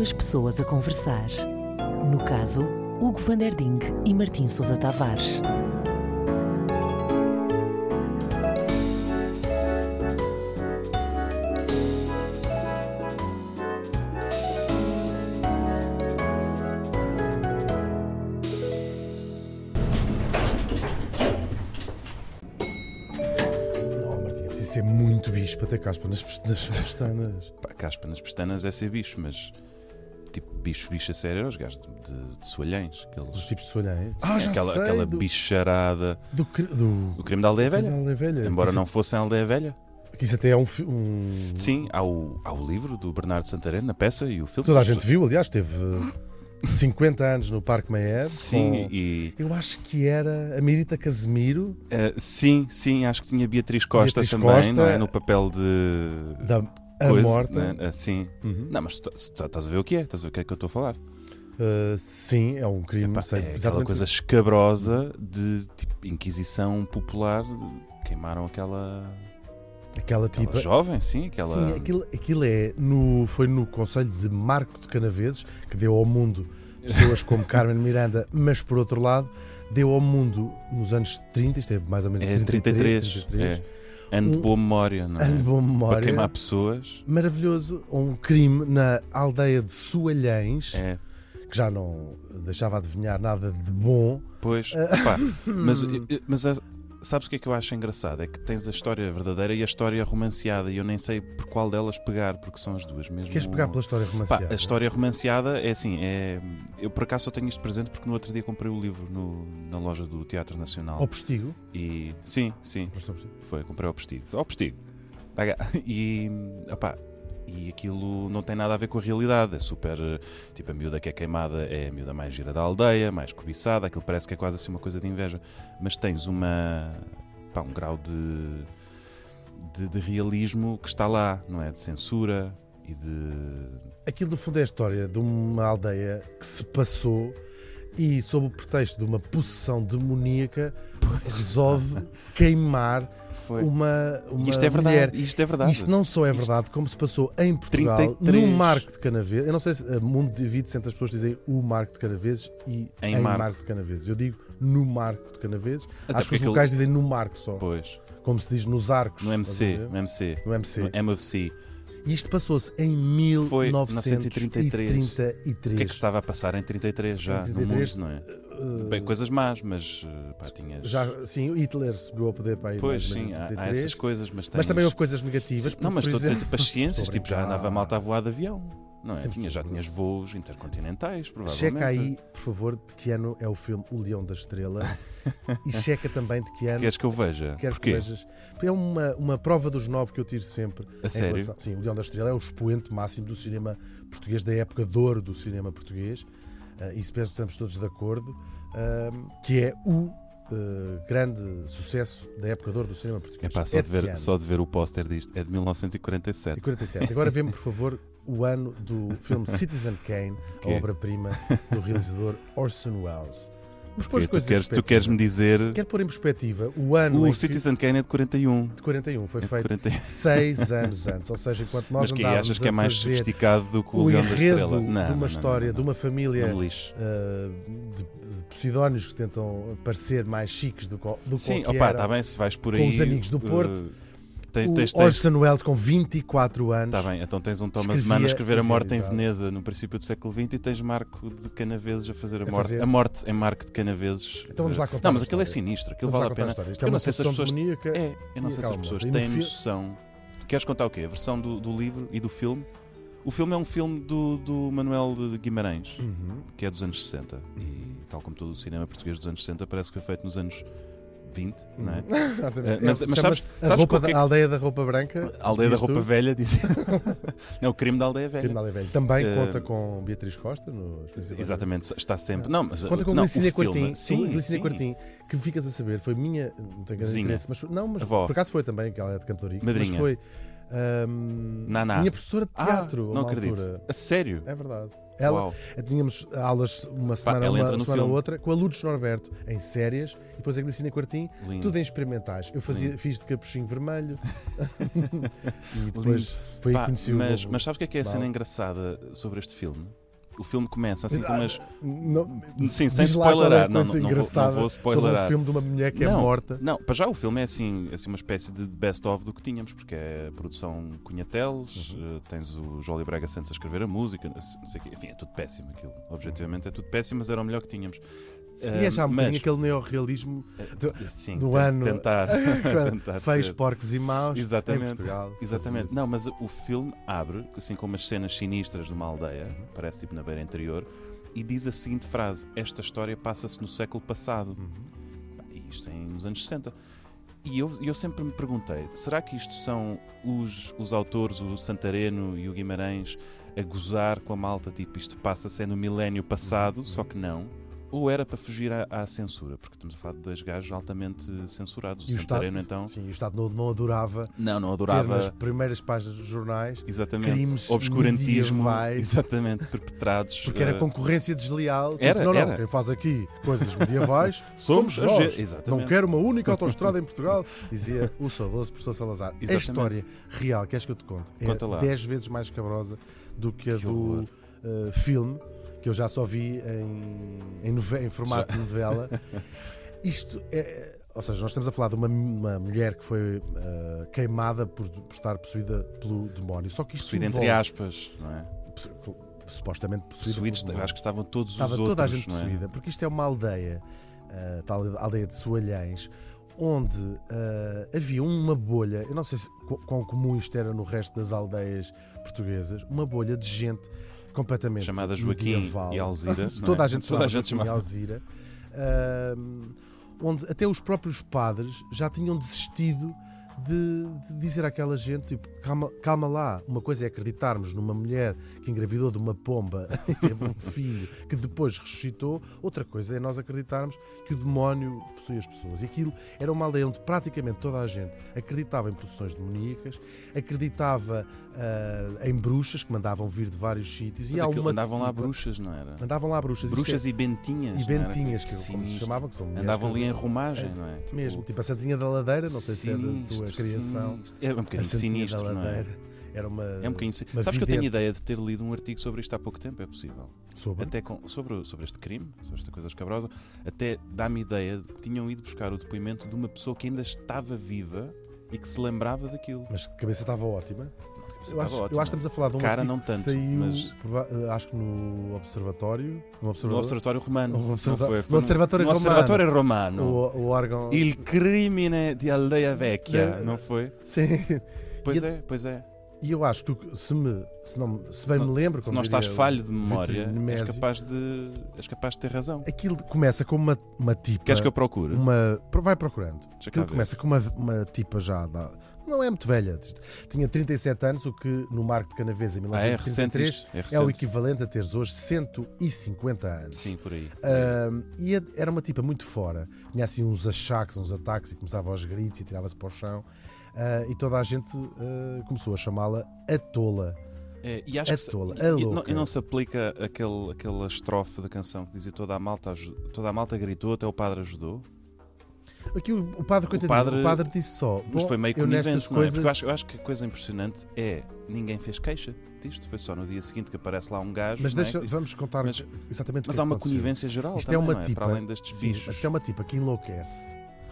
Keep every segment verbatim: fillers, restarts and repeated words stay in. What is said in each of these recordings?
duas pessoas a conversar. No caso, Hugo van der Ding e Martim Sousa Tavares. Isso é muito bicho para ter caspa nas, nas pestanas. Pá, caspa nas pestanas é ser bicho, mas tipo bicho, bicho a sério, os gajos de, de, de Soalhães. Aqueles... Os tipos de Soalhães. Sim, Ah, já aquela, sei, aquela do... bicharada do, do... do crime da Aldeia Velha. Da Aldeia Velha. Embora isso... não fosse em Aldeia Velha. Que isso até é um, um... Sim, há o, há o livro do Bernardo Santareno, a peça e o filme. Toda a gente viu, aliás, teve cinquenta anos no Parque Mayer. Sim, com... e... Eu acho que era a Mirita Casemiro. Uh, sim, sim, acho que tinha Beatriz Costa Beatriz também, Costa, não é? No papel de... Da a coisa, morta. Né? Uh, sim. Uhum. Não, mas tu estás a ver o que é? Estás a ver o que é que eu estou a falar? Uh, sim, é um crime. Epá, sei, é aquela exatamente. coisa escabrosa de tipo Inquisição Popular. Queimaram aquela... Aquela Aquela tipa. jovem, sim, aquela... Sim, aquilo, aquilo é no, foi no Conselho de Marco de Canaveses que deu ao mundo pessoas como Carmen Miranda, mas por outro lado deu ao mundo nos anos trinta, isto é mais ou menos É trinta e três, trinta e três, é. Ano de um boa memória, não é? ano de boa memória, Para queimar pessoas. maravilhoso, um crime na aldeia de Soalhães, É, que já não deixava adivinhar nada de bom. pois, pá, mas, mas a- sabes o que é que eu acho engraçado? É que tens a história verdadeira e a história romanceada, e eu nem sei por qual delas pegar, porque são as duas mesmo. Queres pegar pela história Pá, romanceada? a história romanceada é assim, é... eu por acaso só tenho isto presente porque no outro dia comprei o livro no- na loja do Teatro Nacional. Ao postigo? E sim, sim, Ao postigo. foi, comprei ao Postigo. Ao Postigo. Tá cá. E, opá, e aquilo não tem nada a ver com a realidade. É super. Tipo, a miúda que é queimada é a miúda mais gira da aldeia, mais cobiçada. Aquilo parece que é quase assim uma coisa de inveja. Mas tens uma. Pá, um grau de, de, de realismo que está lá, não é? De censura e de. Aquilo, no fundo, é a história de uma aldeia que se passou e, sob o pretexto de uma possessão demoníaca, resolve queimar Foi. uma, uma E isto é mulher. verdade. Isto é verdade. Isto não só é Isto- verdade, como se passou em Portugal, trinta e três. no Marco de Canaveses. Eu não sei se o mundo divide-se entre as pessoas que dizem o Marco de Canaveses e Em em, Marco. Marco de Canaveses. Eu digo no Marco de Canaveses. Até Acho que os porque locais dizem no Marco só. Pois. Como se diz nos arcos. No M C. estás a ver? No M C. No M C. No M F C. E isto passou-se em Foi mil novecentos e trinta e três. O que é que se estava a passar em trinta e três já Em trinta e três, no mundo, não é? Uh, Bem, coisas más, mas uh, pá, tinhas... já, sim, Hitler subiu ao poder para aí Pois, mais ou sim, menos em há, há trinta e três. essas coisas, mas tens... Mas também houve coisas negativas. Sim, não, por- mas por estou a dizer, exemplo- tipo, as ciências, Estou a tipo, já brincar. andava a malta a voar de avião, não é? Sim, Tinha, já sim. tinhas voos intercontinentais, provavelmente. Checa aí, por favor, de que ano é o filme O Leão da Estrela e checa também de que ano. Queres que eu veja? Quero que Porquê? vejas. É uma, uma prova dos nove que eu tiro sempre. A em sério? relação- Sim, O Leão da Estrela é o expoente máximo do cinema português, da época de ouro do cinema português. Uh, isso penso que estamos todos de acordo. Uh, que é o uh, grande sucesso da época de ouro do cinema português. É pá, só, É de ver, que ano? só de ver o póster disto, é de mil novecentos e quarenta e sete. E quarenta e sete. Agora vê-me, por favor, o ano do filme Citizen Kane, a Quê? obra-prima do realizador Orson Welles. Mas pôr as Porque tu coisas em queres, tu perspectiva. queres-me dizer... Quero pôr em perspectiva o ano em O Citizen Kane é de quarenta e um. que, de quarenta e um foi É de feito quarenta e um. seis anos antes, ou seja, enquanto nós Mas que andávamos achas que é a mais fazer sofisticado do que o, o Leão da enredo Estrela? de Não, uma não, não, história, não, de não. uma família Não me lixe. uh, de, de Posidónios que tentam parecer mais chiques do, co- do Sim, qual que opa, era, está bem, se vais por com aí... os amigos do uh, Porto. tens, o tens, tens, Orson Welles com vinte e quatro anos. Está bem, então tens um Thomas Escrevia Mann a escrever e A Morte em realizava. Veneza no princípio do século vinte e tens Marco de Canaveses a fazer a A morte. fazer. A morte em Marco de Canaveses. Então vamos lá Eh, contar Não, mas a aquilo é história. sinistro, aquilo Vamos vale lá a contar pena. história. Isto Eu é não uma sei se as possessão pessoas. demoníaca. É, eu não e sei se as acaba pessoas morta. E no têm fi- noção. Queres contar o quê? A versão do, do livro e do filme? O filme é um filme do, do Manuel de Guimarães, Uhum. que é dos anos sessenta. E tal como todo o cinema português dos anos sessenta, parece que foi feito nos anos vinte, não é? Exatamente. Eh, mas- É, mas chama-se sabes- a, sabes roupa com o que é da- a aldeia da roupa branca. A aldeia da dizias roupa tu? velha dizia. Não, o crime da aldeia velha. Crime da Aldeia Velha. Também Eh, conta com Beatriz Costa nos principais. Exatamente, está sempre. Não, mas, Conta com não, Glicínia o filme- Quartim. Sim, Glicínia sim. Quartim, que ficas a saber, foi minha. Não tenho grande Vizinha. interesse, mas não, mas Avó. por acaso foi também, que ela é de Cantorico. Madrinha. Mas foi. ahm, Naná. minha professora de teatro. Ah, a não uma acredito. altura. A sério? É verdade. Ela, Uau. tínhamos aulas uma semana, ela entra uma no semana filme. outra, com a Lourdes Norberto em sérias, e depois a Glicina Quartim, Lindo. tudo em experimentais. Eu fazia, Lindo. fiz de capuchinho vermelho e depois foi aí Pá, que conheci o mas, novo- mas sabes o que é que é a cena Mal. engraçada sobre este filme? O filme começa assim com umas. Não, Sim, sem diz lá qual é a spoilerar. Não, coisa não, não, vou, engraçada não vou sobre spoilerar. um filme de uma mulher que é Não, morta. Não, para já o filme é assim, assim uma espécie de best-of do que tínhamos, porque é a produção Cunhateles, Uhum. eh, tens o Jolie Braga Santos a escrever a música, não sei o quê. Enfim, é tudo péssimo aquilo. Objetivamente é tudo péssimo, mas era o melhor que tínhamos. E é já um mas, bocadinho aquele neorrealismo do, sim, do ten- ano. Tentar, tentar feios, ser. porcos e maus Exatamente. em Portugal. Exatamente. Não, mas o filme abre, assim com umas cenas sinistras de uma aldeia, parece tipo na beira interior, e diz a seguinte frase: esta história passa-se no século passado. Uhum. Pá, e isto é nos anos sessenta. E eu, eu sempre me perguntei, será que isto são os, os autores, o Santareno e o Guimarães, a gozar com a malta, tipo, isto passa-se é no milénio passado, só que não? Ou era para fugir à, à censura? Porque estamos a falar de dois gajos altamente censurados. O E o Santareno, Estado, então... sim, o Estado não, não adorava Não, não ter adorava... nas primeiras páginas dos jornais, Exatamente. crimes Obscurantismo. medievais. Exatamente. Perpetrados. porque era eh, concorrência desleal. Tipo, Era, não, não, era. quem faz aqui coisas medievais Somos somos a nós. gente. Exatamente. Não quero uma única autoestrada em Portugal, dizia o saudoso professor Salazar. A Exatamente. história real, queres que eu te conte? Conta É lá. dez vezes mais cabrosa do que a Que do horror. uh, filme, que eu já só vi em, em, nove- em formato de novela. Isto é. Ou seja, nós estamos a falar de uma, uma mulher que foi uh, queimada por, por estar possuída pelo demónio. Só que isto Possuído entre envolve- aspas, não é? supostamente possuída Possuídos, pelo demónio. acho que estavam todos Estava os toda outros, a gente não é? possuída, porque isto é uma aldeia, uh, tal aldeia de Soalhães, onde uh, havia uma bolha, eu não sei se, qu- quão comum isto era no resto das aldeias portuguesas, uma bolha de gente completamente Chamada Joaquim medieval. e Alzira, não Toda é? a gente Toda a chamava gente Joaquim e chamava. Alzira, uh, onde até os próprios padres já tinham desistido de, de dizer àquela gente, tipo, calma, calma lá, uma coisa é acreditarmos numa mulher que engravidou de uma pomba e teve um filho que depois ressuscitou, outra coisa é nós acreditarmos que o demónio possui as pessoas. E aquilo era uma aldeia onde praticamente toda a gente acreditava em possessões demoníacas, acreditava ah, em bruxas que mandavam vir de vários sítios. Mas e há aquilo- uma andavam lá tipa- bruxas, não era? Andavam lá bruxas. Isto Bruxas é- e bentinhas. e não era? bentinhas, que, como se Sinistro. chamavam, que são mulheres Andavam que- ali em romagem, não é? Mesmo, Tipo, tipo a Santinha da Ladeira, não sei se é da tua sinistro, criação. sinistro. É um A bocadinho Santinha sinistro, da não é? Ladeira era uma. É um bocadinho sin- uma Sabes que eu tenho vidente. ideia de ter lido um artigo sobre isto há pouco tempo, é possível. Sobre? Até com- sobre, sobre este crime, sobre esta coisa escabrosa, até dá-me ideia de que tinham ido buscar o depoimento de uma pessoa que ainda estava viva e que se lembrava daquilo. Mas de cabeça estava ótima. Não, a cabeça Eu estava acho, eu ótima. acho que estamos a falar de um Cara, artigo não que tanto, saiu, mas- prova- eh, acho que no Observatório. No No Observador. Observatório Romano. No não Observa- foi? no Foi Observatório no Romano. Observatório Romano. o, o órgão. Il crimine di Aldeia Vecchia, De- não foi? Sim. Pois E- é, pois é. E eu acho que o- se, me, se, não, se bem Se não- me lembro. Se como não estás diria o falho de memória, Vítor és Nemésio, capaz, de, és capaz de ter razão. Aquilo começa com uma, uma tipa. Queres que eu procure? Uma, vai procurando. Deixa cá Aquilo ver. começa com uma, uma tipa já. Da, não é muito velha. Tinha trinta e sete anos, o que no Marco de Canaves em Ah, é recente mil novecentos e trinta e três isto? É é, recente. o equivalente a teres hoje cento e cinquenta anos. Sim, por aí. Ahm, e a- era uma tipa muito fora. Tinha assim uns achaques, uns ataques e começava aos gritos e tirava-se para o chão. Ah, e toda a gente ah, começou a chamá-la a tola. É, e acho A que se- tola, e- a e, não, louca. e não se aplica aquele, aquela estrofe da canção que dizia toda a malta, aju- toda a malta gritou, até o padre ajudou. Aqui o, o padre, coitadinho, padre- o padre disse só. Mas "Bom, foi meio eu nestas conivente, não é? coisas. Porque eu acho, eu acho que a coisa impressionante é ninguém fez queixa disto. Foi só no dia seguinte que aparece lá um gajo. Mas não é? deixa, Que diz- vamos contar Mas- exatamente o Mas que há uma aconteceu. conivência geral Isto também, é uma não é? tipa, Para além destes sim, bichos. isto é uma tipa que enlouquece,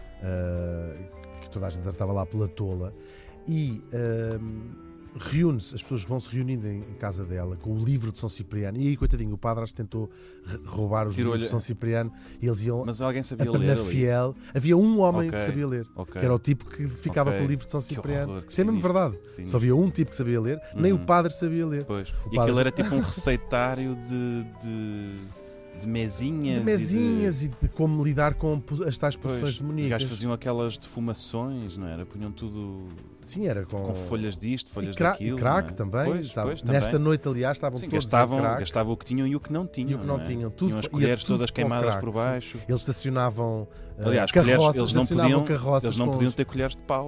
ah, que toda a gente estava lá pela tola, e ah, reúne-se, as pessoas vão se reunindo em, em casa dela com o livro de São Cipriano. E aí, coitadinho, o padre acho que tentou re- roubar os Tirou-lhe- livros de São Cipriano e eles iam Mas alguém a sabia ler ali. Penafiel. Havia um homem Ok, que sabia ler, ok. que era o tipo que ficava Ok. com o livro de São Que Cipriano. horror, que Isso é mesmo sinistro. verdade. Sinistro. Só havia um tipo que sabia ler, nem Uhum. o padre sabia ler. Pois. E padre- aquilo era tipo um receitário de, de, de mesinhas. De mesinhas e de, como lidar com po- as tais e de, posições pois, os demoníacas. gajos faziam aquelas defumações, não era? Punham tudo Sim, era com, com folhas disto, e, folhas cra daquilo. e crack não é? também. Pois, sabe? pois, Nesta também. noite, aliás, estavam Sim, todos gastavam, em crack. gastavam o que tinham e o que não tinham. E o que não é? tinham. Tudo Tinham as ia colheres tudo todas com queimadas crack, por sim. baixo. Eles estacionavam uh, Aliás, colheres, carroças, eles não estacionavam podiam, carroças eles não com podiam os- ter colheres de pau.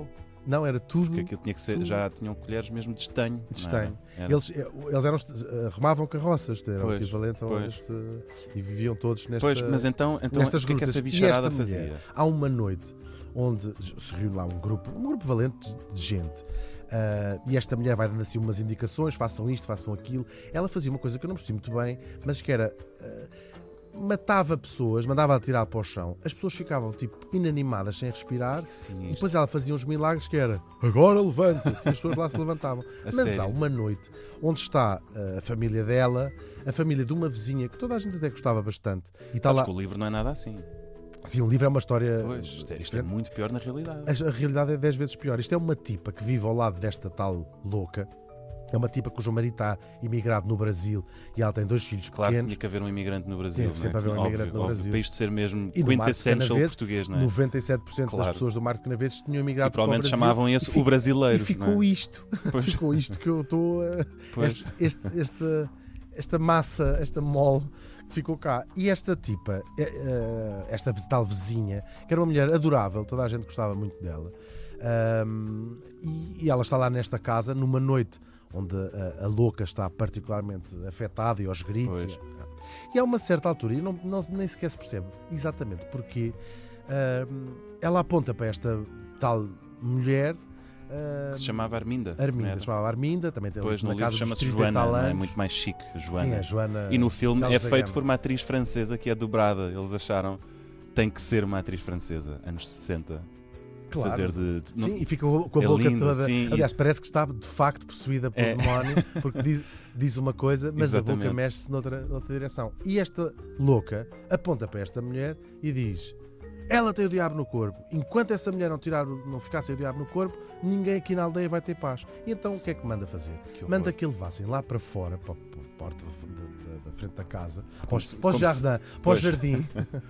Não, era tudo. Porque aquilo tinha que ser, tudo. já tinham colheres mesmo de estanho. De não era? estanho. Era. Eles, eles eram, arrumavam carroças, era o Pois, equivalente a pois. esse, e viviam todos nesta, Pois, mas então, então nestas o que é que grutas. essa E bicharada esta mulher, fazia? há uma noite onde se reúne lá um grupo, um grupo valente de gente. Uh, e esta mulher vai dando assim umas indicações, façam isto, façam aquilo. Ela fazia uma coisa que eu não percebi muito bem, mas que era uh, matava pessoas, mandava atirar para o chão, as pessoas ficavam tipo inanimadas, sem respirar, e depois ela fazia uns milagres que era agora levanta-te, e as pessoas lá se levantavam. A Mas sério? há uma noite onde está uh, a família dela, a família de uma vizinha que toda a gente até gostava bastante, e está Sabes lá. que o livro não é nada assim. Sim, um livro é uma história. Pois, isto é, isto é diferente. muito pior na realidade. A, a realidade é dez vezes pior. Isto é uma tipa que vive ao lado desta tal louca. É uma tipa cujo marido está imigrado no Brasil e ela tem dois filhos Claro que pequenos. tinha que haver um imigrante no Brasil. Teve sempre não é? haver um Óbvio, imigrante no óbvio, Brasil. Para isto ser mesmo E no Marcos quintessential Canaveses, português, não é? noventa e sete por cento Claro. das pessoas do Marco Canaveses tinham imigrado E provavelmente para o Brasil. chamavam esse E fi- o brasileiro. E ficou não é? isto. Pois. Ficou isto que eu estou. a- Pois. Este, este, esta, esta massa, esta mole que ficou cá. E esta tipa, eh, eh, esta tal vizinha, que era uma mulher adorável, toda a gente gostava muito dela. Ahm, e, e ela está lá nesta casa, numa noite onde a, a louca está particularmente afetada e aos gritos. Pois. E, e a uma certa altura, e não, não, nem sequer se percebe exatamente porque, ahm, ela aponta para esta tal mulher. ahm, Que se chamava Arminda. não Arminda, era? se chamava Arminda, também tem Depois no na livro casa dos chama-se trinta e Joana, tal não é? anos. Muito mais chique, Joana. Sim, a Joana. E no filme Carlos é da feito Gama. por uma atriz francesa que é dobrada. Eles acharam tem que ser uma atriz francesa, anos sessenta. Claro. Fazer de, de- Sim, não- e fica com a é boca lindo, toda. sim, e- Aliás, parece que está de facto possuída pelo É. demónio, porque diz, diz uma coisa, mas a boca Exatamente. mexe-se noutra, noutra direção. E esta louca aponta para esta mulher e diz: ela tem o diabo no corpo. Enquanto essa mulher não, tirar, o- não ficar sem o diabo no corpo, ninguém aqui na aldeia vai ter paz. E então o que é que manda fazer? Que horror. Manda que levassem lá para fora, para, para a porta da, da- da frente da casa, para, os, se- para o como se- jardim, para o pois. jardim.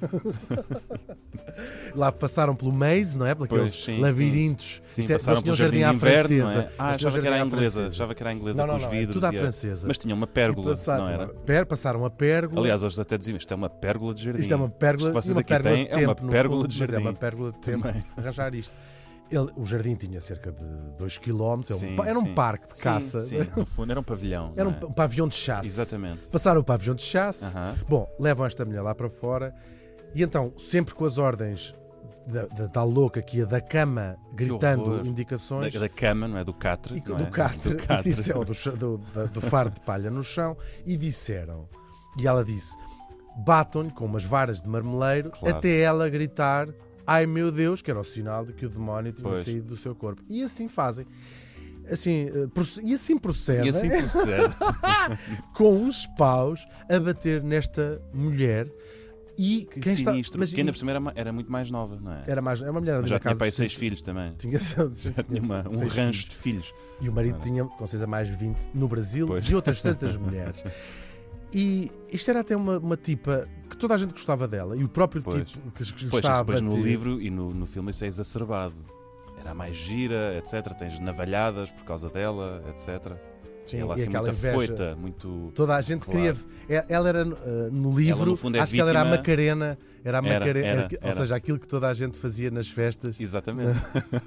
Lá passaram pelo maze, não é? Por Pois, aqueles sim, labirintos. Sim, Isto é- passaram mas pelo tinha um jardim, à de inverno, francesa. não é? Ah, Mas tinha um achava que jardim era à a inglesa, francesa. achava que era a inglesa Não, com não, os não, é vidros. tudo à e a- francesa. Mas tinha uma E pérgola, passaram, não era? per- passaram a pérgola. Aliás, hoje até diziam isto é uma pérgola de jardim. isto é uma pérgola, Isto que vocês e uma aqui pérgola têm de é uma tempo, no pérgola fundo, de mas é jardim. uma pérgola de tempo Também. arranjar isto. Ele- o jardim tinha cerca de dois quilómetros, Sim, era um, pa- era um sim. parque de Sim, caça. Sim, no fundo era um pavilhão. Era um, não é? pa- um pavilhão de chasse. Exatamente. Passaram o pavilhão de chasse. Aham. Bom, levam esta mulher lá para fora e então, sempre com as ordens da, da tal louca que ia da cama gritando horror. indicações. Da, da cama, não é? Do catre. E, não do é? catre, Do catre. e disse- ou do, cha- do, da- do fardo de palha no chão, e disseram, e ela disse, batam-lhe com umas varas de marmeleiro, Claro. até ela gritar, ai meu Deus, que era o sinal de que o demónio tinha Pois. saído do seu corpo. E assim fazem. Assim, eh, proce- e assim procedem, E assim procede. com uns paus a bater nesta mulher. E Que quem está, sinistro. mas Porque ainda e- por cima era, ma- era muito mais nova, não é? era mais, era uma mulher ali Mas já na tinha casa pai dos seis trinta. filhos também. Tinha, Já tinha uma- um seis rancho filhos. de filhos. E o marido Olha. tinha, com certeza, mais vinte no Brasil, Pois. de outras tantas mulheres. E isto era até uma, uma tipa que toda a gente gostava dela. E o próprio Pois. tipo que, que Pois, está isso a depois no bater- livro e no, no filme isso é exacerbado. Era mais gira, etcétera. Tens navalhadas por causa dela, etcétera. Sim, Ela e assim aquela muito inveja. afoita, muito... Toda a gente Claro. queria. é- Ela era uh, no livro, Ela, no fundo, é acho que ela era a vítima- Macarena. Era a Era, Macarena. era, ou era. seja, aquilo que toda a gente fazia nas festas. Exatamente.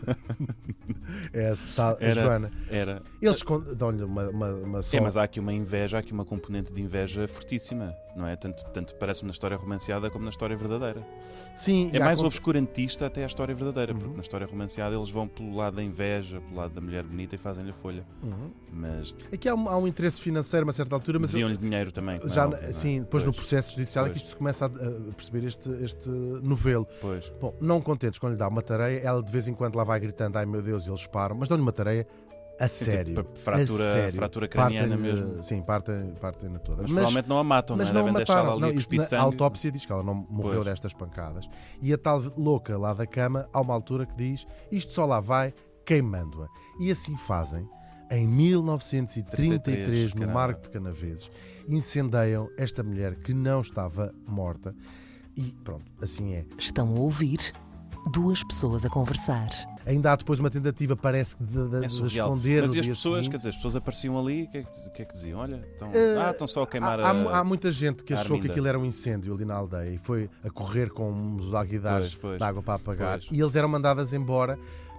É essa tal, a Era. Joana. Era. Eles con- dão-lhe uma, uma, uma só. É, mas há aqui uma inveja, há aqui uma componente de inveja fortíssima, não é? Tanto, tanto parece-me na história romanceada como na história verdadeira. Sim, É e há mais con- obscurantista até a história verdadeira, Uhum. porque na história romanceada eles vão pelo lado da inveja, pelo lado da mulher bonita e fazem-lhe a folha. Uhum. Mas Aqui há um, há um interesse financeiro a uma certa altura, mas eu- deviam-lhe dinheiro também. como é já, óbvio, não é? sim, depois no Pois, processo judicial é que Pois. isto se começa a, a perceber este, este novelo. Pois. Bom, não contentes quando lhe dá uma tareia, ela de vez em quando lá vai gritando, ai meu Deus, e eles param, mas dão-lhe uma tareia a sério. Tipo, fratura, a sério. fratura craniana Partem-lhe- mesmo. Sim, partem, partem-na toda. Mas, provavelmente não a matam, mas não, não é? a Devem deixá-la mataram. ali Não, a isto cuspir na- sangue. a autópsia diz que ela não morreu Pois. destas pancadas. E a tal louca lá da cama, há uma altura que diz, isto só lá vai queimando-a. E assim fazem. Em mil novecentos e trinta e três, no caramba. Marco de Canaveses, incendeiam esta mulher que não estava morta. E pronto, assim é. Estão a ouvir duas pessoas a conversar. Ainda há depois uma tentativa, parece que de, de, É de surreal. esconder Mas o e as dia pessoas, seguinte. quer dizer, as pessoas apareciam ali, o que é que, o que, é que diziam? Olha, estão, Eh, ah, estão só a queimar há, a... há, há muita gente que a achou que Arminda. aquilo era um incêndio ali na aldeia e foi a correr com uns alguidares Pois, pois, de água para apagar. pois. E eles eram mandadas embora,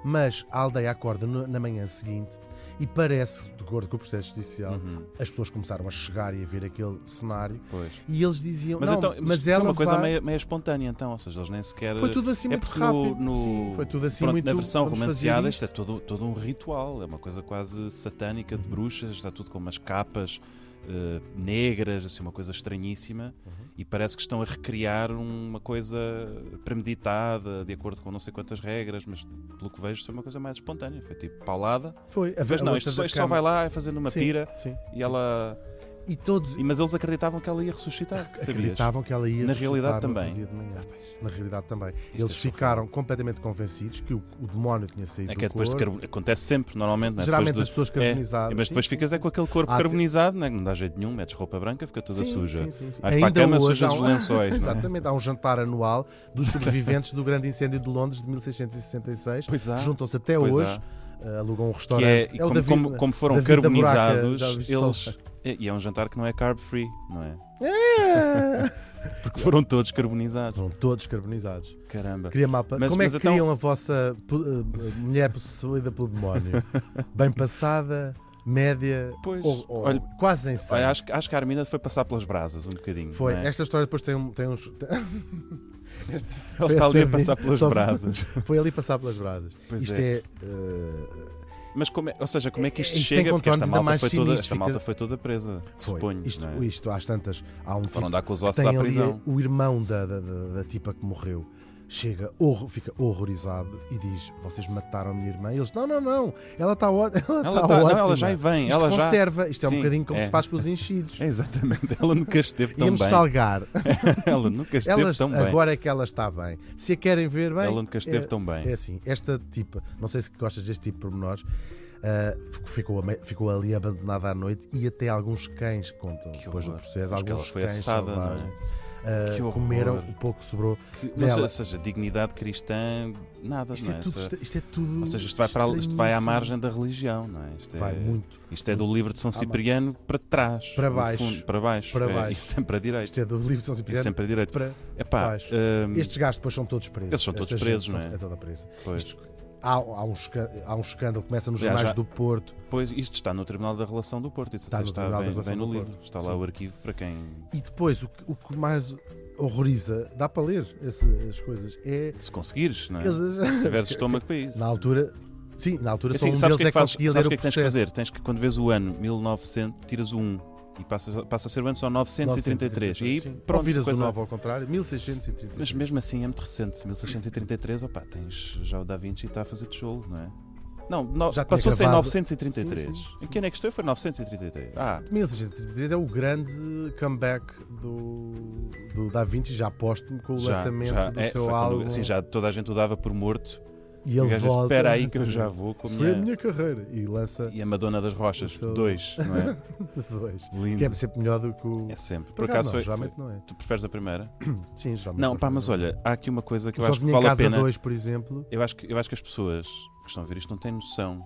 Mas a aldeia acorda no, na manhã seguinte e parece, de acordo com o processo judicial, Uhum. as pessoas começaram a chegar e a ver aquele cenário Pois. e eles diziam, Mas, não, então, mas foi ela uma coisa vai... meio, meio espontânea, então, ou seja, eles nem sequer. Foi tudo assim é muito porque rápido. No, no... Sim, foi tudo assim Pronto, muito... na versão vamos romanceada, fazer isto é todo, todo um ritual, é uma coisa quase satânica de bruxas, está tudo com umas capas uh, negras, assim, uma coisa estranhíssima, Uhum. e parece que estão a recriar uma coisa premeditada, de acordo com não sei quantas regras, mas pelo que vejo foi uma coisa mais espontânea, foi tipo paulada. Foi. A, Mas a não, outra isto, só, da isto só cama. vai lá fazendo uma Sim, pira sim, e sim. ela. E todos E, mas eles acreditavam que ela ia ressuscitar, sabias? acreditavam que ela ia Na ressuscitar realidade no outro também. dia de manhã. Ah, pá, isso- Na realidade também. Isto Eles é ficaram completamente convencidos que o, o demónio tinha saído É do que é depois de corpo. carbo- acontece sempre, normalmente, não é? Geralmente Depois as pessoas é, carbonizadas. mas depois sim, ficas sim, é com aquele corpo Ah, te- carbonizado, não, é? Não dá jeito nenhum, metes roupa branca, fica toda sim, suja. Sim, sim, sim. Vais para a cama, hoje sujas há os um- lençóis. não é? Exatamente, há um jantar anual dos sobreviventes do grande incêndio de Londres de mil seiscentos e sessenta e seis. Pois há. Juntam-se até Pois hoje, há. uh, alugam um Que restaurante. é, e o como, David- como, como foram David da Buraca, carbonizados, já ouviste eles. falar? É, e é um jantar que não é carb free, não é? É. Porque foram todos carbonizados. Foram todos carbonizados. Caramba. Queria mapa. Mas- Como é mas que então- criam a vossa pu- uh, mulher possuída pelo demónio? Bem passada, média Pois, ou, ou olha, quase em cem? Olha, acho, que- acho que a Armina foi passar pelas brasas um bocadinho. Foi. não é? Esta história depois tem, um- tem uns. Este- Ele foi está ali a assim, passar pelas só- brasas. Foi ali passar pelas brasas. Pois Isto é. é. uh, Mas como é, ou seja, como é que isto Isto tem chega? Porque esta contornos ainda malta, mais foi toda, sinistros, esta fica- malta foi toda presa, foi. suponho. Isto, não é? isto, às tantas, há um Foram tipo dar com os que ossos tem à ali prisão. o irmão da, da, da, da tipa que morreu. Chega, horror, fica horrorizado e diz: vocês mataram a minha irmã? E eles: não, não, não, ela está ó- ela Ela, está tá, não, ótima. ela já aí vem, Isto ela já. conserva, isto é Sim, um bocadinho como é. se faz com os enchidos. É, exatamente, ela nunca esteve tão Íamos bem. salgar. Ela nunca esteve Elas, tão bem. agora é que ela está bem. Se a querem ver bem. Ela nunca esteve é, tão bem. É assim, esta tipa, não sei se gostas deste tipo de pormenores, ah, ficou, a me- ficou ali abandonada à noite e até alguns cães contam Que depois do horror. processo, Acho que alguns ela foi cães assada, não é? selvagens, ah, Que horror. comeram o pouco que sobrou. Que- mas, dela. ou seja, dignidade cristã, nada, Isto não é, é? tudo, Essa- isto é tudo. Ou seja, isto vai, para, isto vai à estranhíssimo. margem da religião, não é? Isto é, Vai muito. Isto é do livro de São mar- Cipriano para trás. Para no baixo. fundo, para baixo. Para é, baixo. E sempre a direita. Isto é do livro de São E Cipriano sempre a direita. para Epá, baixo. hum, Estes gajos depois são todos presos. Esses são todos Esta presos, gente não são- é? É toda presa. pois, Isto- há, há, um esca- há um escândalo que começa nos Aliás, jornais já- do Porto. pois, isto está no Tribunal da Relação do Porto. Isso Está até no está Tribunal da bem, Relação bem no do livro. Porto. Está Sim. lá o arquivo para quem. E depois, o que, o que mais horroriza, dá para ler essas coisas, é. Se conseguires, não é? eles- Se tiveres estômago para isso. Na altura, sim, na altura só Assim, um sabes o deles que é é que, que fazes, conseguia sabes ler o que o é que tens que processo. fazer? Tens que, quando vês o ano mil e novecentos, tiras o um e passa, passa a ser o ano só novecentos e trinta e três. E aí, Sim. Ou pronto, viras coisa... o nove ao contrário, mil seiscentos e trinta e três. Mas mesmo assim é muito recente. mil seiscentos e trinta e três, opá, tens já o Da Vinci está a fazer tijolo, não é? Não, no, Já tinha passou-se em gravado. novecentos e trinta e três. Sim, sim, sim. Em que ano é que isto foi? Foi novecentos e trinta e três. Ah, mil seiscentos e trinta e três é o grande comeback do, do Da Vinci, já póstumo com o já, lançamento já, do é, seu foi álbum. quando, assim, já toda a gente o dava por morto. E E o ele gajo disse, volta. espera aí que eu já vou com a Isso foi a minha... minha carreira. E lança E a Madonna das Rochas, O seu- dois, não é? dois. Lindo. Que é sempre melhor do que o. É sempre. Por, Por acaso não, foi, geralmente foi- não é. Tu preferes a primeira? Sim, geralmente. Não, gosto pá, de mas ver. olha, há aqui uma coisa que eu O acho que Sozinho vale em a Casa pena. dois, por exemplo. Eu acho, que, eu acho que as pessoas que estão a ver isto não têm noção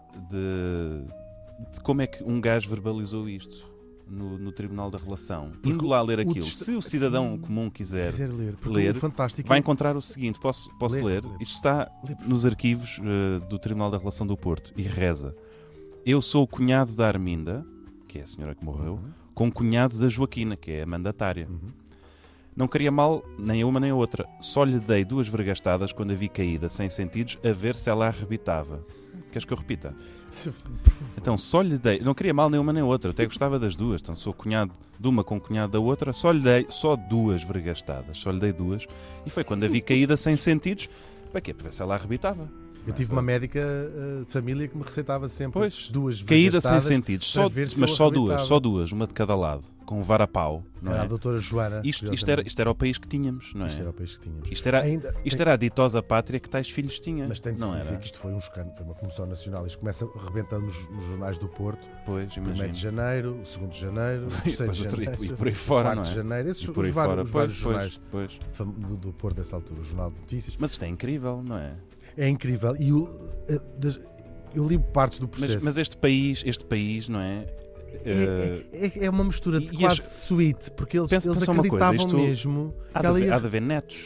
de, de como é que um gajo verbalizou isto no, no Tribunal da Relação. Porque Indo lá ler o aquilo, dest- se o cidadão sim. comum quiser, Quiser ler. Porque ler, o fantástico vai é- encontrar o seguinte: posso, posso Lê, ler? lê. Isto está Lê, por nos arquivos eh, do Tribunal da Relação do Porto e reza: eu sou o cunhado da Arminda, que é a senhora que morreu, Uhum. com o cunhado da Joaquina, que é a mandatária. Uhum. Não queria mal nem a uma nem a outra. Só lhe dei duas vergastadas quando a vi caída, sem sentidos, a ver se ela arrebitava. Queres que eu repita? Então, só lhe dei... Não queria mal nem uma nem a outra. Até gostava das duas. Então, sou cunhado de uma com cunhado da outra. Só lhe dei só duas vergastadas. Só lhe dei duas. E foi quando a vi caída, sem sentidos. Para quê? Para ver se ela arrebitava. Eu tive uma médica uh, de família que me receitava sempre Pois. duas Caída sem vergastadas sentidos. para Só, ver se mas eu só duas. arrebitava. Só duas. Uma de cada lado. Com um varapau. Não Era é? a doutora Joana. Isto, isto, era, isto era o país que tínhamos, não é? Isto era o país que tínhamos. Isto era, Ainda, isto era a ditosa pátria que tais filhos tinham. Mas tem de se não dizer era? que isto foi um escândalo, foi uma comoção nacional. Isto começa, rebenta nos, nos jornais do Porto. Pois, Primeiro de imagino. janeiro, segundo de janeiro, E terceiro depois de outro- janeiro, e por aí fora, quarto não é? de janeiro. Esses E os por aí vários, fora. os Pois, vários jornais pois, pois. fam- do, do Porto dessa altura, o Jornal de Notícias. Mas isto é incrível, não é? É incrível. E o, eh, das- eu li partes do processo. Mas, mas este país, este país, não é? Eh, É, é- é uma mistura de e quase as- sweet, porque eles, Pensa- eles pensa uma coisa, acreditavam isto- mesmo há, que de ela haver, ia... há de haver netos.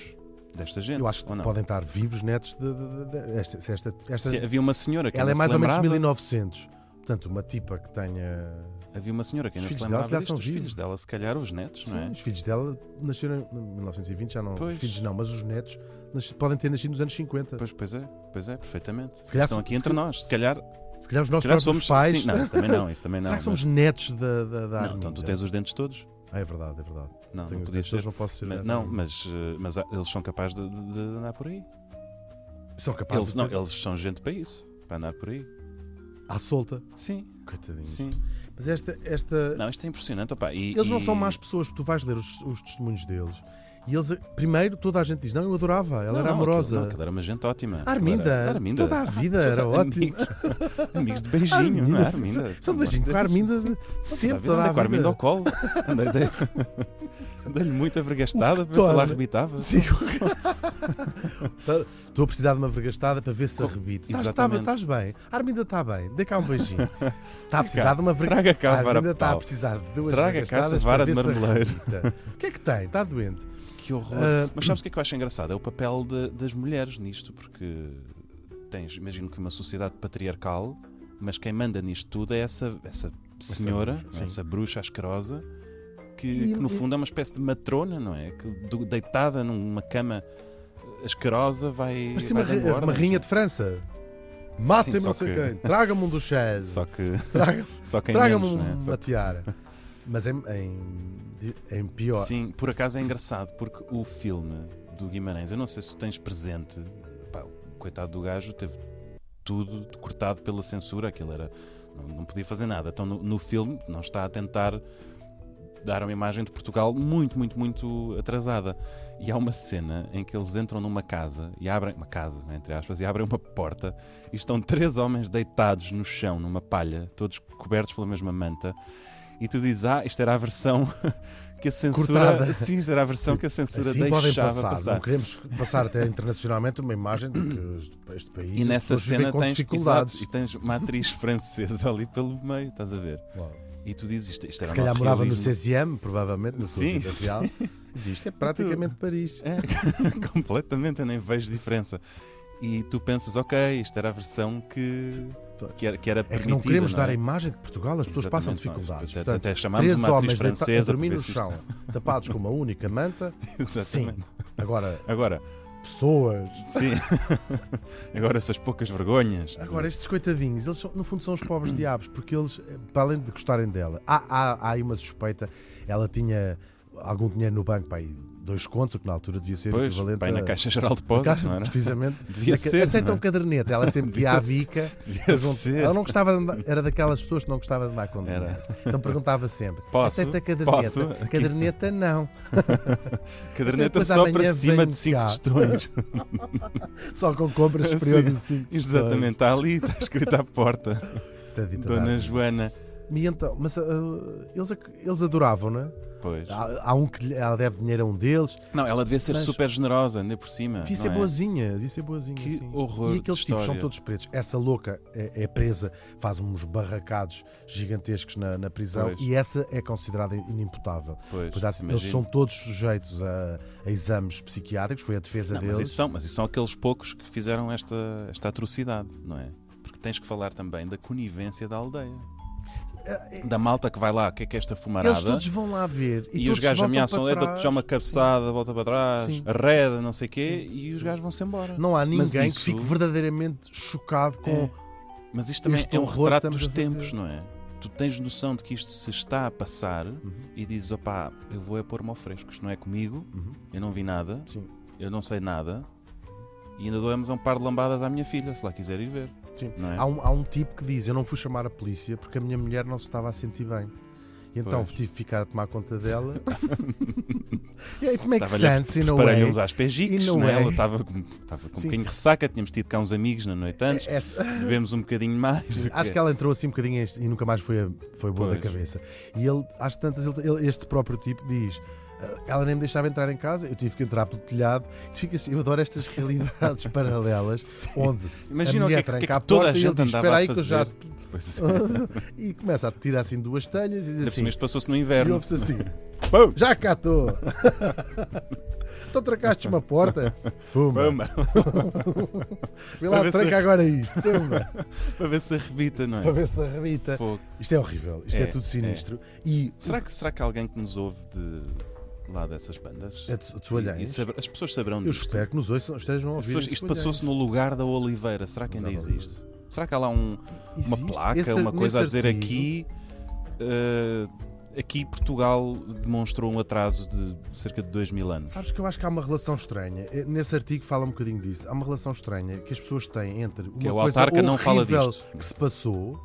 desta gente. Eu acho que ou não? podem estar vivos netos de, de, de, de esta, se esta, esta Se havia uma senhora que ela é ainda mais se ou menos lembrava, mil e novecentos. Portanto, uma tipa que tenha... Havia uma senhora que Os ainda se filhos dela, lembrava se calhar, disto, são os vivos. filhos dela, se calhar os netos, Sim, não é? os filhos dela nasceram em mil novecentos e vinte, já não. Pois. Os filhos não, mas os netos nas- podem ter nascido nos anos cinquenta. Pois, pois é, pois é, perfeitamente. Se calhar- Estão aqui se entre calhar- nós. Se calhar, Se calhar os se nossos calhar próprios somos. pais. Sim, não, isso também não, isso também não. Será que somos mas- netos da, da, da Não, Arminda? então tu tens os dentes todos. Ah, é verdade, é verdade. Não, Tenho não os podias dentes todos, ser. não posso ser. Mas- neto. não, mas, eh, mas há- eles são capazes de, de- de andar por aí. São capazes Eles, de não, ter- eles são gente para isso, para andar por aí. à solta. Sim, Coitadinhos. sim. Mas esta. esta... Não, isto é impressionante. Opá, e, Eles não e- são más pessoas, porque tu vais ler os, os testemunhos deles e eles, primeiro, toda a gente diz: não, eu adorava, ela Não, era não, amorosa. Aquilo, não, aquilo era uma gente ótima. A Arminda, Aquilo era- Arminda. toda a vida Toda- era ótima. Amigos, amigos de beijinho, não é? Arminda. São de beijinho com a Arminda Sim. de sempre, toda Andei a com a Arminda vida. ao colo. Andei- dei- Andei-lhe muito avergastada O que para ver se ela torna- arrebitava. Sim. Estou a precisar de uma vergastada para ver se arrebito. Estás, Exatamente. estás bem? A Arminda está bem. Dê cá um beijinho. Está a precisar de uma Traga cá a vergastada. A vara Arminda está a pau. precisar de duas Traga cá vergastadas essa vara para de ver se marmeleiro. arrebita. O que é que tem? Está doente. Que horror. Ah, Mas sabes o que é que eu acho engraçado? É o papel de- das mulheres nisto, porque tens, imagino que uma sociedade patriarcal, mas quem manda nisto tudo é essa, essa senhora, bruxa, sim. essa bruxa asquerosa, que, E- que no e- fundo é uma espécie de matrona, não é? Que do- deitada numa cama asquerosa vai. Parecia vai uma, dando ra- ordens, uma rainha não é? de França. Matem-me Sim, não só sei que- quem. Traga-me um do chaz. Só que. Traga- Só quem Traga-me menos, um- não é? Só uma tiara. Mas em, em, em pior. Sim, por acaso é engraçado, porque o filme do Guimarães, eu não sei se tu tens presente, pá, o coitado do gajo teve tudo cortado pela censura, aquilo era, não, não podia fazer nada. Então no, no filme não está a tentar dar uma imagem de Portugal muito, muito, muito atrasada. E há uma cena em que eles entram numa casa e abrem, uma casa, né, entre aspas, e abrem uma porta e estão três homens deitados no chão, numa palha, todos cobertos pela mesma manta. E tu dizes, ah, isto era a versão que a censura... Cortada. Sim, isto era a versão que a censura Assim podem deixava passar. passar. Não queremos passar até internacionalmente uma imagem de que este- este país E as nessa pessoas vivem cena com tens, dificuldades. exato, e tens uma atriz francesa ali pelo meio, estás a ver? Claro. E tu dizes, isto, isto era Se o calhar nosso morava no realismo. C Z M, provavelmente, na sua Sim, vida sim. real. Existe, é praticamente Paris. É, completamente, eu nem vejo diferença. E tu pensas, ok, isto era a versão que, que, era, que era É permitida. que não queremos não dar é? a imagem de Portugal, as pessoas passam Exatamente, dificuldades. nós até- Portanto, até chamámos três uma atriz homens deita- francesa a dormir para no ver se chão, tapados com uma única manta, sim. Exatamente. Agora, Agora, pessoas... sim. Agora essas poucas vergonhas. de- Agora, estes coitadinhos, eles são- no fundo são os pobres diabos, porque eles, para além de gostarem dela, há, há, há aí uma suspeita, ela tinha algum dinheiro no banco, pá, aí dois contos, o que na altura devia ser Pois, equivalente bem na a... Caixa Geral de na Depósitos, caixa, não era? precisamente. Devia Na- ser, Aceitam não é? caderneta, ela sempre Devia ia à ser. bica. Devia pergunta- ser. Ela não gostava de andar, era daquelas pessoas que não gostava de andar com dinheiro. Era. Então perguntava sempre: Posso? aceita caderneta? Posso? Aqui. Caderneta não. Caderneta Depois só amanhã para cima venho de cinco cá. tostões. Só com compras superiores Sim, a cinco Exatamente, está ali, está escrito à porta. Tadita Dona da- Joana. E então, mas uh, eles, eles adoravam, não é? Pois. Há, há um que lhe- ela deve dinheiro a um deles. Não, ela devia ser Mas- super generosa, ainda por cima. Devia não ser é? boazinha, devia ser boazinha. Que sim. horror E aqueles de tipos são história. todos pretos. Essa louca é, é presa, faz uns barracados gigantescos na, na prisão Pois. e essa é considerada inimputável. Pois, Pois há, eles imagino. são todos sujeitos a, a exames psiquiátricos, foi a defesa Não, mas, deles. isso são, mas isso são aqueles poucos que fizeram esta, esta atrocidade, não é? Porque tens que falar também da conivência da aldeia. Da malta que vai lá, o que é que é esta fumarada? Eles todos vão lá ver. E, E, os todos gajos voltam ameaçam, para é, dou-te trás. já uma cabeçada, volta para trás, Sim. arreda, não sei o quê, e os gajos vão-se embora. Não há Mas ninguém isso- que fique verdadeiramente chocado com. É. Mas isto também este é um horror que retrato estamos dos a fazer. tempos, não é? Tu tens noção de que isto se está a passar Uhum, e dizes, opá, eu vou é pôr-me ao fresco, isto não é comigo, uhum, eu não vi nada, sim, eu não sei nada, e ainda dou-me um par de lambadas à minha filha, se lá quiser ir ver. sim. Não é? Há, um, há um tipo que diz: eu não fui chamar a polícia porque a minha mulher não se estava a sentir bem. E então Pois. tive que ficar a tomar conta dela. E aí, como é que Estava-lhe sense, in a Preparei way? uns às pejiques, In a né? way. Ela estava com, estava com um Sim. bocadinho de ressaca, tínhamos tido cá uns amigos na noite antes, Esta- bebemos um bocadinho mais. o Acho quê? que ela entrou assim um bocadinho este- e nunca mais foi, a- foi boa da Pois. cabeça. E ele, às tantas, ele- ele- este próprio tipo diz: "Ah, ela nem me deixava entrar em casa, eu tive que entrar pelo telhado." E tu ficas assim, eu adoro estas realidades paralelas, onde Imagina a o que mulher é que, o que, é tranca à que toda porta a e ele gente diz: andava espera a aí que eu fazer. já. Pois é. E começa a tirar assim duas telhas e diz Ainda por assim. cima isto passou-se no E inverno. ouve-se assim: Pum! já cá estou. Então trancaste uma porta. Pumba. Pumba. Vê lá, Para ver tranca se- agora isto. Pumba. Para ver se arrebita, não é? Para ver se arrebita. Fogo. Isto é horrível. Isto é, É, tudo sinistro. E Será que, será que alguém que nos ouve de lá dessas bandas? é de, de E- e Soalhães? saber- as pessoas saberão Eu disto. espero que nos ouçam, estejam a As ouvir. pessoas- este isto Soalhães. passou-se no lugar da Oliveira. Será que ainda Lugar da existe? Será que há lá um, uma Existe. placa, Esse- uma coisa a nesse dizer artigo- aqui? eh, aqui Portugal demonstrou um atraso de cerca de dois mil anos. Sabes que eu acho que há uma relação estranha. Eh, Nesse artigo fala um bocadinho disso. Há uma relação estranha que as pessoas têm entre uma Que é o coisa autarca não fala horrível disto. que se passou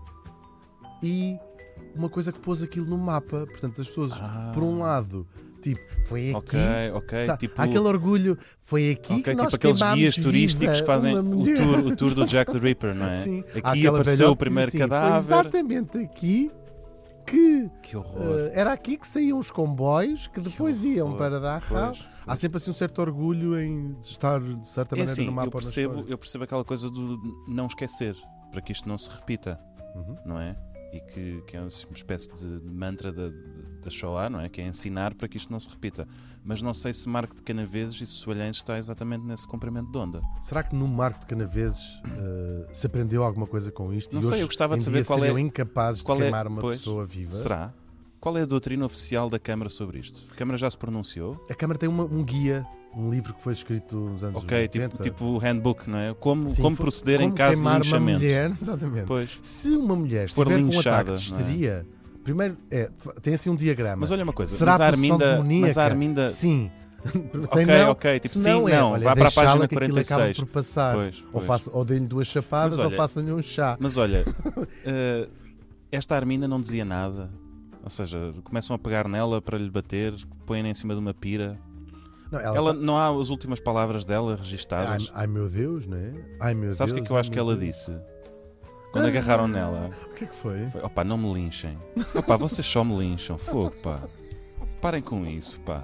e uma coisa que pôs aquilo no mapa. Portanto, as pessoas, Ah. por um lado, tipo, foi aqui. Ok, ok. sabe, Tipo, há aquele orgulho, foi aqui ok, que nós tipo aqueles queimámos guias viva turísticos que fazem uma o mulher. tour, o tour do Jack the Ripper, não é? Sim. Há Aqui aquela apareceu o velhota que diz primeiro assim, cadáver. Foi exatamente aqui que Que horror. eh, era aqui que saíam os comboios que depois Que iam horror. para Dachau. Pois, Há pois. sempre assim um certo orgulho em estar de certa É maneira assim, no mapa eu ou na percebo, história. eu percebo aquela coisa do não esquecer, para que isto não se repita, Uhum. não é? E que, que é uma espécie de mantra da, da Shoah, não é? Que é ensinar para que isto não se repita. Mas não sei se Marco de Canaveses e Soalhães está exatamente nesse comprimento de onda. Será que no Marco de Canaveses eh, se aprendeu alguma coisa com isto? Não e sei, hoje, eu gostava de em saber dia, qual é- seriam incapazes qual de é- queimar uma pois, pessoa viva? Será? Qual é a doutrina oficial da Câmara sobre isto? A Câmara já se pronunciou? A Câmara tem uma- um guia, um livro que foi escrito nos anos Ok, oitenta. tipo, tipo handbook, não é? Como, Sim, como foi- proceder como em caso de queimar uma linchamento. mulher, exatamente. Pois. Se uma mulher For estiver com um linchada, ataque de não é? histeria, primeiro é, tem assim um diagrama. Mas olha uma coisa, Será mas a possessão Arminda, demoníaca? mas a Arminda Sim. Ok, não, ok, tipo, se sim, não, é, não, olha, vá para a deixá-la página que aquilo quarenta e seis. acaba por passar. Pois, Ou, pois. faça, ou dê-lhe duas chapadas Mas ou olha- faça-lhe um chá. Mas olha, eh, esta Arminda não dizia nada. Ou seja, começam a pegar nela para lhe bater, põem-na em cima de uma pira. Não, ela Ela, tá- não há as últimas palavras dela ai, registadas. ai meu Deus, não é? Ai meu Sabes o que é Deus. que eu ai, acho que meu ela Deus. disse? Quando agarraram nela. O que é que foi? Foi, opá, não me linchem. Opá, vocês só me lincham. Fogo, pá. Parem com isso, pá.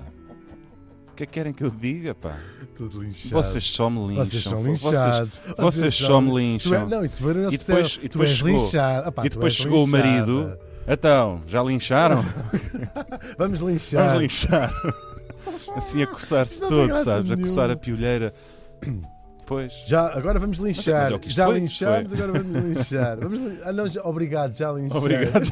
O que é que querem que eu diga, pá? Tudo linchado. Vocês só me lincham. Vocês são fogo. linchados. Vocês, vocês só me lincham. Tu é- não, isso foi E depois- e tu depois és chegou- linchado. Ah, pá, e tu depois és chegou o linchada. marido. Então, já lincharam? Vamos linchar. Vamos linchar. Assim a coçar-se Isso não tem todo, graça sabes? A coçar nenhuma. a piolheira. Pois. Já, agora vamos linchar. mas é o que isto já foi, linchamos, foi. agora vamos linchar. Vamos lin- Ah, não, já- obrigado, já linchar. Obrigado.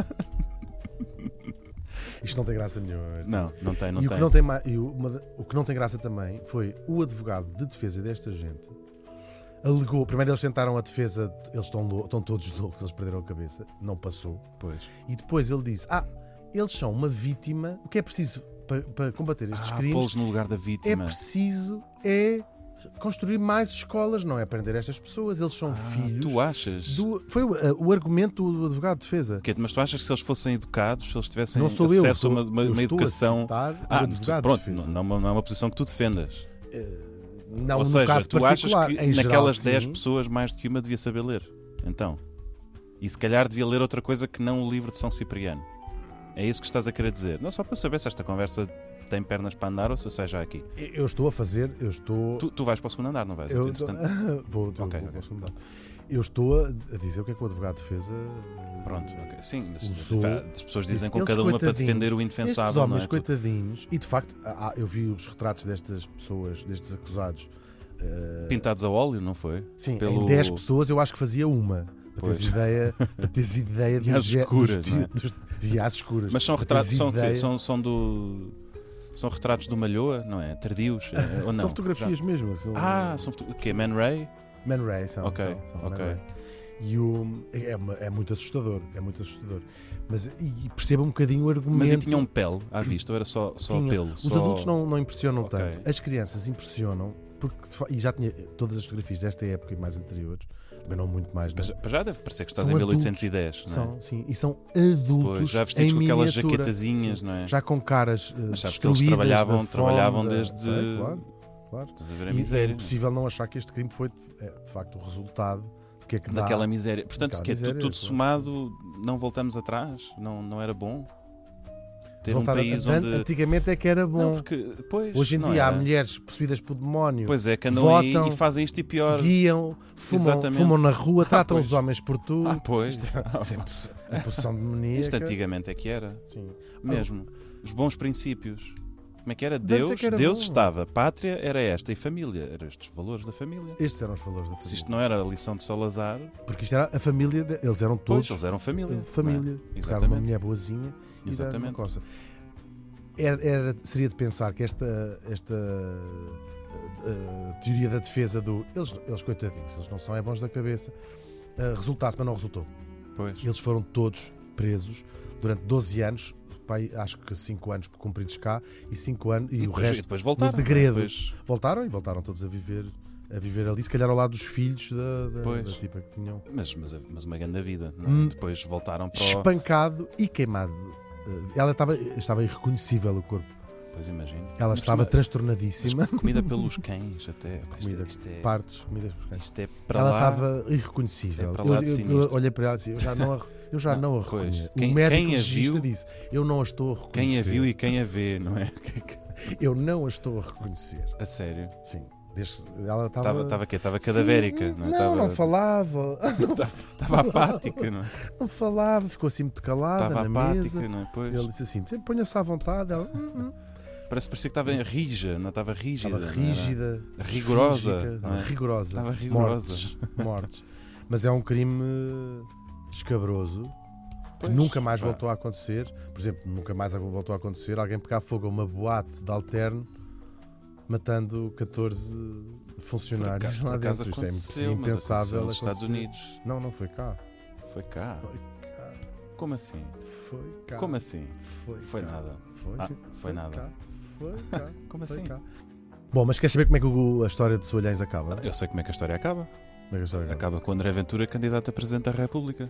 Isto não tem graça nenhuma. Não, não tem, não e o tem. que não tem, ma- e o, uma da- o que não tem graça também foi o advogado de defesa desta gente alegou. Primeiro eles tentaram a defesa, eles estão, lou- estão todos loucos, eles perderam a cabeça, não passou. Pois. E depois ele disse: Ah, eles são uma vítima. O que é preciso para, para combater estes Ah, crimes pô-los no lugar da é vítima. preciso é construir mais escolas, não é prender estas pessoas. Eles são Ah, filhos. tu achas? do- foi o, o argumento do advogado de defesa. Que- Mas tu achas que se eles fossem educados, se eles tivessem Não sou eu, acesso sou, a uma, uma- eu uma estou educação. a citar o Ah, advogado pronto, de defesa. não, não, não é uma posição que tu defendas. Não Ou no seja, caso tu achas particular, que em geral, naquelas sim. dez pessoas, mais do que uma devia saber ler. Então. E se calhar devia ler outra coisa que não o livro de São Cipriano. É isso que estás a querer dizer. Não só para eu saber se esta conversa tem pernas para andar ou se eu saio já aqui. Eu estou a fazer, eu estou. Tu, tu vais para o segundo andar, não vais? eu Entretanto. vou, vou, Ok, vou ok. ao segundo andar. Eu estou a a dizer o que é que o advogado de defesa. eh, Pronto, ok. Sim, mas Usou- as pessoas dizem disse, com eles cada uma para coitadinhos, defender o Estes indefensável, não homens é? Tu- coitadinhos, e de facto, há- há- eu vi os retratos destas pessoas, destes acusados. eh, Pintados a óleo, não foi? sim, pelo- em dez pessoas eu acho que fazia uma. Para teres Pois. ideia, para teres ideia E às dos ge- escuras, dos- não é? dos- e às escuras. Mas são Para teres retratos, são, ideia- são, são do. São retratos do Malhoa, não é? Tardios, eh, ou não? São fotografias Já- mesmo. São, Ah, são fotografias. O quê? Man Ray? Man Ray, são. Ok, são, são Man ok. Ray. E o, é, uma- é muito assustador, é muito assustador. Mas e perceba um bocadinho o argumento. Mas e tinham pele à vista, ou era só, só Tinha. pelo? Os só... adultos não, não impressionam Ok. tanto. As crianças impressionam, porque de fa- e já tinha todas as fotografias desta época e mais anteriores, também não muito mais. Para Não. já, para já deve parecer que estás São em mil oitocentos e dez, não é? São, sim, e são adultos Pois, já vestidos em com aquelas miniatura. jaquetazinhas, Sim, não é? já com caras uh, Mas sabes que eles destruídas trabalhavam- da fome, trabalhavam da- desde- Sei, claro, claro. Estás a ver a E é miséria. impossível não achar que este crime foi é, de facto o resultado do que é que dá. Daquela miséria. Portanto, Daquela que é, miséria, tudo, tudo claro. somado, não voltamos atrás? Não, não era bom? Ter um Voltar a- país an- onde. Antigamente é que era bom. Não, porque, pois, Hoje em não dia há era. mulheres possuídas pelo demónio, Pois é, que andam votam, aí e fazem isto e pior. guiam, fumam, Exatamente. fumam na rua, tratam pois. os homens por tu. Ah, pois. Isto é imposs- imposição demoníaca. Isto antigamente é que era. Sim. Mesmo. Os bons princípios. Como é que era? Dá a dizer Deus, que era Deus bom. estava, pátria era esta e família, eram estes valores da família. Estes eram os valores da Se família. isto não era a lição de Salazar, Porque isto era a família, de- eles eram pois, todos eles eram família. uh, família. não é? Pegar uma Exatamente. mulher boazinha e dar uma Exatamente. coça. Era, era- seria de pensar que esta, esta uh, uh, teoria da defesa do. Eles, eles coitadinhos, eles não são é bons da cabeça. Uh, resultasse, mas não resultou. Pois. Eles foram todos presos durante doze anos, pai, acho que cinco anos cumpridos cá e cinco anos e, E o depois, e resto depois voltaram. no degredo. Depois, voltaram e voltaram todos a viver a viver ali, se calhar ao lado dos filhos da, da, Pois. da tipa que tinham mas, mas, mas uma grande vida. Não é? Hum. Depois voltaram para o... espancado e queimado. Uh, Ela estava, estava irreconhecível o corpo. Pois imagino. Ela Mas, estava mas- transtornadíssima. mas comida pelos cães até. Pá, isto, Comida, é, isto, é, partes, comidas por cães. isto é para Ela lá. estava irreconhecível. É para lá eu, de eu- sinistro. eu olhei para ela e disse: Eu já não a, eu já Não, não a pois. reconheço. Quem- o médico quem a legista viu- disse: Eu não a estou a reconhecer. Quem a viu e quem a vê, não é? Eu não a estou a reconhecer. A sério. Sim. Desde, ela estava. Estava estava quê? Estava cadavérica. Sim, Não, é? não, Estava- não falava. Estava apática, não é? Não falava, ficou assim muito calada Estava na apática, mesa. não é? Pois. Ele disse assim: Ponha-se à vontade. Ela "Hum, hum." Parece, parecia que estava rija, não estava rígida. estava não era? rígida, Rigorosa, física, não estava é? rigorosa. Estava rigorosa. Mortes, mortes. Mas é um crime escabroso. Que Pois, nunca mais pá. voltou a acontecer. Por exemplo, nunca mais voltou a acontecer alguém pegar fogo a uma boate de alterno matando catorze funcionários Por lá acaso dentro. Isto é aconteceu, mas impensável. aconteceu nos Estados acontecer. Unidos. Não, não foi cá. Foi cá. Foi cá. Como assim? Foi cá. Como assim? Foi, Foi cá. nada. Foi, Ah, sim. foi nada. Cá. Foi cá. Como Foi assim? cá. Bom, mas queres saber como é que o- a história de Soalhães acaba? Eu sei como é que a história acaba. Como é que a história acaba? Acaba com André Ventura candidato a Presidente da República.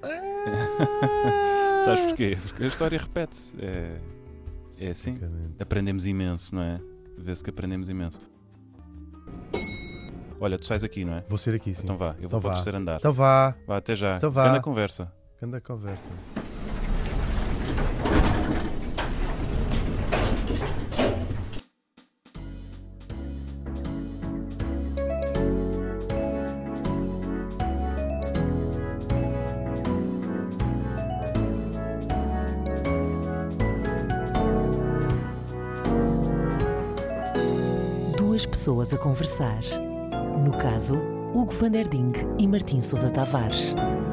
Ah! Sabes porquê? Porque a história repete-se. É, é assim. Basicamente. Aprendemos imenso, não é? Vê-se que aprendemos imenso. Olha, tu sais aqui, não é? Vou ser aqui, sim. Então vá, eu Então vou para o vá. terceiro andar. Então vá. Vá, até já. Então vá. Grande conversa. Anda a conversa. Duas pessoas a conversar. No caso, Hugo van der Ding e Martim Sousa Tavares.